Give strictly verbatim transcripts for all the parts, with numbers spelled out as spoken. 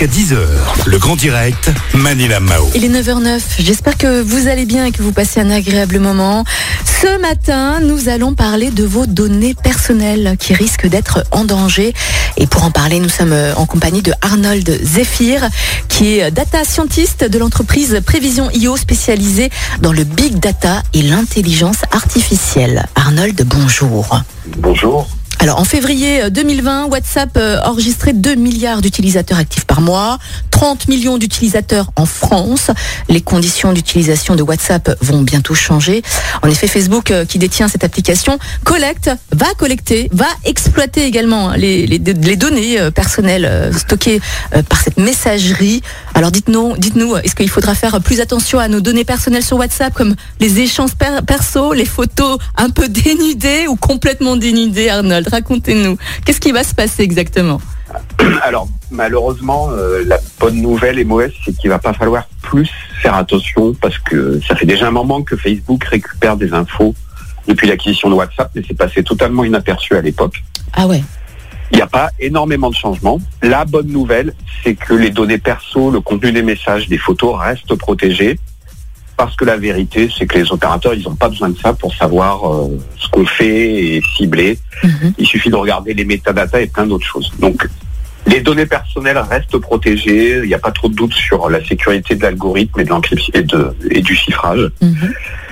jusqu'à dix heures. Le Grand Direct, Manila Mao. Il est neuf heures neuf. J'espère que vous allez bien et que vous passez un agréable moment. Ce matin, nous allons parler de vos données personnelles qui risquent d'être en danger. Et pour en parler, nous sommes en compagnie de Arnold Zephyr, qui est data scientist de l'entreprise Prévision I O, spécialisée dans le big data et l'intelligence artificielle. Arnold, bonjour. Bonjour. Alors, en février deux mille vingt, WhatsApp enregistrait deux milliards d'utilisateurs actifs par mois, trente millions d'utilisateurs en France. Les conditions d'utilisation de WhatsApp vont bientôt changer. En effet, Facebook, qui détient cette application, collecte, va collecter, va exploiter également les, les, les données personnelles stockées par cette messagerie. Alors, dites-nous, dites-nous, est-ce qu'il faudra faire plus attention à nos données personnelles sur WhatsApp, comme les échanges per- perso, les photos un peu dénudées ou complètement dénudées, Arnold? Racontez-nous. Qu'est-ce qui va se passer exactement? Alors, malheureusement, euh, la bonne nouvelle et mauvaise, c'est qu'il va pas falloir plus faire attention parce que ça fait déjà un moment que Facebook récupère des infos depuis l'acquisition de WhatsApp, mais c'est passé totalement inaperçu à l'époque. Ah ouais. Il n'y a pas énormément de changements. La bonne nouvelle, c'est que les données perso, le contenu des messages, des photos restent protégés. Parce que la vérité, c'est que les opérateurs, ils n'ont pas besoin de ça pour savoir euh, ce qu'on fait et cibler. Mm-hmm. Il suffit de regarder les métadatas et plein d'autres choses. Donc, les données personnelles restent protégées. Il n'y a pas trop de doute sur la sécurité de l'algorithme et de l'encryption et, de, et du chiffrage. Mm-hmm.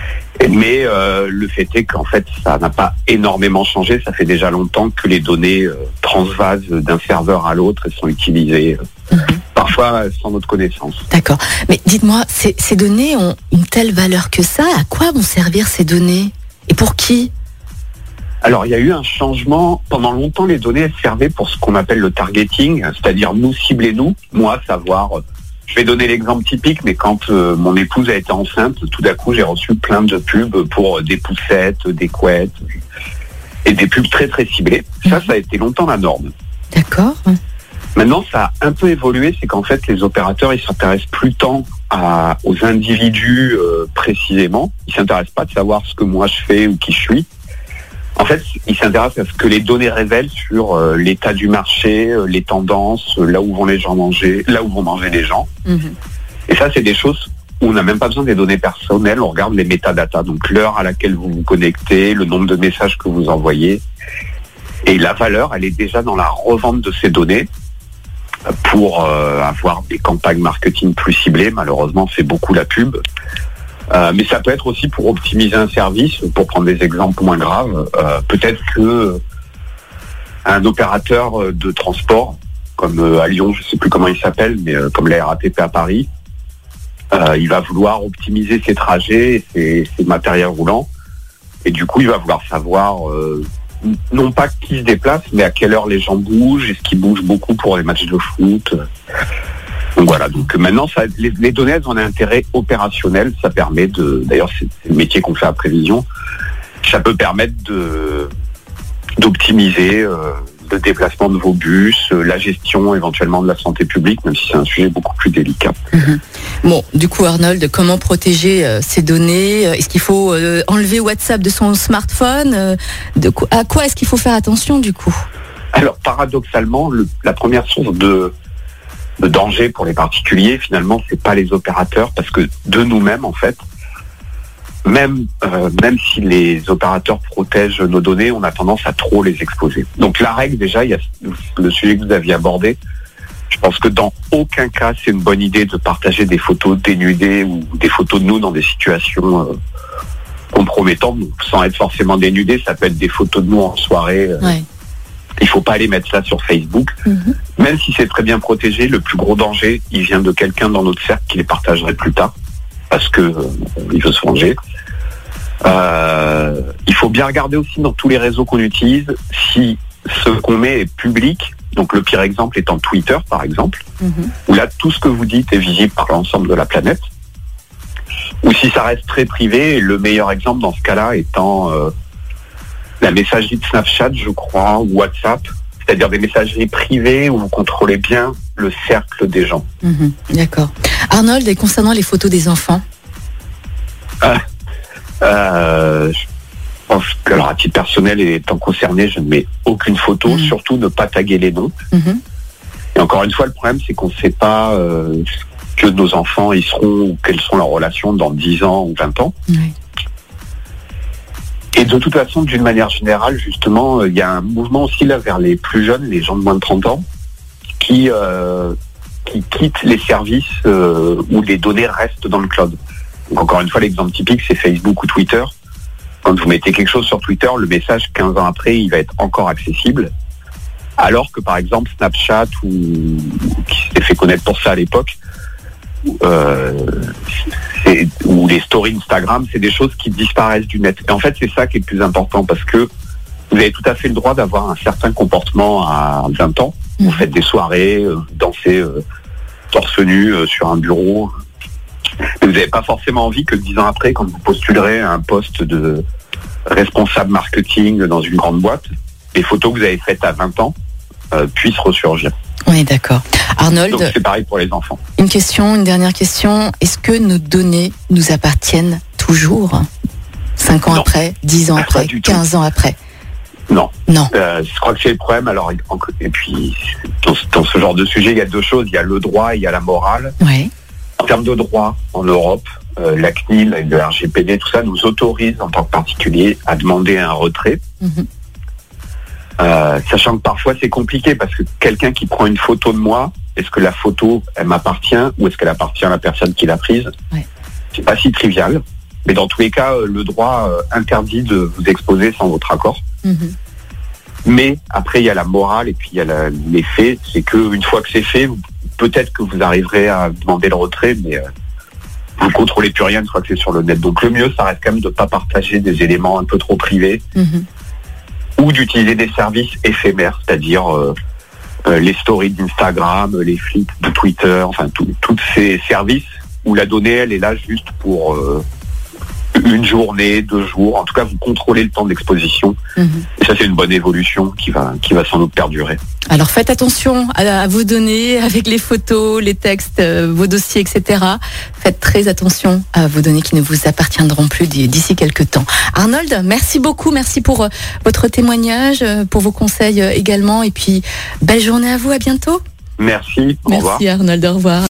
Mais euh, le fait est qu'en fait, ça n'a pas énormément changé. Ça fait déjà longtemps que les données euh, transvasent d'un serveur à l'autre et sont utilisées euh, mm-hmm. parfois sans notre connaissance. D'accord. Mais dites-moi, ces, ces données ont une telle valeur que ça. À quoi vont servir ces données? Et pour qui? Alors, il y a eu un changement. Pendant longtemps, les données servaient pour ce qu'on appelle le targeting, c'est-à-dire nous cibler nous. Moi, savoir... Euh, Je vais donner l'exemple typique, mais quand euh, mon épouse a été enceinte, tout d'un coup, j'ai reçu plein de pubs pour euh, des poussettes, des couettes, et des pubs très très ciblées. Ça, ça a été longtemps la norme. D'accord. Maintenant, ça a un peu évolué, c'est qu'en fait, les opérateurs, ils s'intéressent plus tant à, aux individus euh, précisément. Ils s'intéressent pas de savoir ce que moi je fais ou qui je suis. En fait, ils s'intéressent à ce que les données révèlent sur euh, l'état du marché, euh, les tendances, euh, là où vont les gens manger, là où vont manger les gens. Mmh. Et ça, c'est des choses où on n'a même pas besoin des données personnelles. On regarde les métadatas, donc l'heure à laquelle vous vous connectez, le nombre de messages que vous envoyez. Et la valeur, elle est déjà dans la revente de ces données pour euh, avoir des campagnes marketing plus ciblées. Malheureusement, c'est beaucoup la pub. Euh, mais ça peut être aussi pour optimiser un service, pour prendre des exemples moins graves. Euh, peut-être que un opérateur de transport, comme euh, à Lyon, je ne sais plus comment il s'appelle, mais euh, comme la R A T P à Paris, euh, il va vouloir optimiser ses trajets, ses, ses matériels roulants, et du coup, il va vouloir savoir euh, non pas qui se déplace, mais à quelle heure les gens bougent, est-ce qu'ils bougent beaucoup pour les matchs de foot. Donc voilà, donc maintenant, ça, les, les données, elles ont un intérêt opérationnel. Ça permet de, d'ailleurs, c'est, c'est le métier qu'on fait à Prévision. Ça peut permettre de d'optimiser euh, le déplacement de vos bus, euh, la gestion éventuellement de la santé publique, même si c'est un sujet beaucoup plus délicat. Mmh. Bon, du coup, Arnold, comment protéger euh, ces données? Est-ce qu'il faut euh, enlever WhatsApp de son smartphone? euh, de quoi, À quoi est-ce qu'il faut faire attention, du coup? Alors, paradoxalement, le, la première source de Le danger pour les particuliers, finalement, c'est pas les opérateurs, parce que de nous-mêmes, en fait, même euh, même si les opérateurs protègent nos données, on a tendance à trop les exposer. Donc la règle, déjà, il y a le sujet que vous aviez abordé. Je pense que dans aucun cas, c'est une bonne idée de partager des photos dénudées ou des photos de nous dans des situations euh, compromettantes, sans être forcément dénudées. Ça peut être des photos de nous en soirée. Euh, ouais. Il faut pas aller mettre ça sur Facebook. Mmh. Même si c'est très bien protégé, le plus gros danger, il vient de quelqu'un dans notre cercle qui les partagerait plus tard, parce que euh, il veut se venger. Euh, il faut bien regarder aussi dans tous les réseaux qu'on utilise si ce qu'on met est public. Donc le pire exemple étant Twitter, par exemple, mmh. où là tout ce que vous dites est visible par l'ensemble de la planète. Ou si ça reste très privé, le meilleur exemple dans ce cas-là étant euh, la messagerie de Snapchat, je crois, ou WhatsApp, c'est-à-dire des messageries privées où vous contrôlez bien le cercle des gens. Mmh, d'accord. Arnold, et concernant les photos des enfants? euh, euh, Je pense que, alors, à titre personnel et étant concerné, je ne mets aucune photo, mmh. surtout ne pas taguer les noms. Mmh. Et encore une fois, le problème, c'est qu'on ne sait pas euh, que nos enfants y seront ou quelles sont leurs relations dans dix ans ou vingt ans. Oui. Et de toute façon, d'une manière générale, justement, il y a un mouvement aussi là vers les plus jeunes, les gens de moins de trente ans, qui, euh, qui quittent les services euh, où les données restent dans le cloud. Donc encore une fois, l'exemple typique, c'est Facebook ou Twitter. Quand vous mettez quelque chose sur Twitter, le message, quinze ans après, il va être encore accessible. Alors que par exemple, Snapchat, ou, qui s'était fait connaître pour ça à l'époque, euh, c'est, ou les stories Instagram, c'est des choses qui disparaissent du net. Et en fait, c'est ça qui est le plus important, parce que vous avez tout à fait le droit d'avoir un certain comportement à vingt ans. Vous mmh. faites des soirées, euh, vous dansez euh, torse nu euh, sur un bureau. Mais vous n'avez pas forcément envie que dix ans après, quand vous postulerez à un poste de responsable marketing dans une grande boîte, les photos que vous avez faites à vingt ans euh, puissent ressurgir. On est d'accord. Arnold, donc c'est pareil pour les enfants. Une question, une dernière question. Est-ce que nos données nous appartiennent toujours ? cinq ans non. après, dix ans Pas après, quinze ans après ? Non. Non. Euh, je crois que c'est le problème. Alors, et puis, dans, dans ce genre de sujet, il y a deux choses. Il y a le droit et il y a la morale. Oui. En termes de droit, en Europe, euh, la C N I L, le R G P D, tout ça nous autorise en tant que particulier à demander un retrait. Mm-hmm. Euh, sachant que parfois c'est compliqué parce que quelqu'un qui prend une photo de moi, est-ce que la photo, elle m'appartient ou est-ce qu'elle appartient à la personne qui l'a prise ? Ouais. C'est pas si trivial. Mais dans tous les cas, le droit euh, interdit de vous exposer sans votre accord. Mm-hmm. Mais après, il y a la morale et puis il y a la, les faits. C'est qu'une fois que c'est fait, vous, peut-être que vous arriverez à demander le retrait, mais euh, vous ne contrôlez plus rien une fois que c'est sur le net. Donc le mieux, ça reste quand même de ne pas partager des éléments un peu trop privés mm-hmm. ou d'utiliser des services éphémères, c'est-à-dire euh, euh, les stories d'Instagram, les flits de Twitter, enfin tous ces services où la donnée, elle est là juste pour... Euh, une journée, deux jours, en tout cas vous contrôlez le temps d'exposition mmh. et ça c'est une bonne évolution qui va, qui va sans doute perdurer. Alors faites attention à, à vos données avec les photos, les textes, euh, vos dossiers, et cetera. Faites très attention à vos données qui ne vous appartiendront plus d'ici quelques temps. Arnold, merci beaucoup, merci pour euh, votre témoignage, euh, pour vos conseils euh, également et puis belle journée à vous, à bientôt. Merci, au merci revoir. Arnold, au revoir.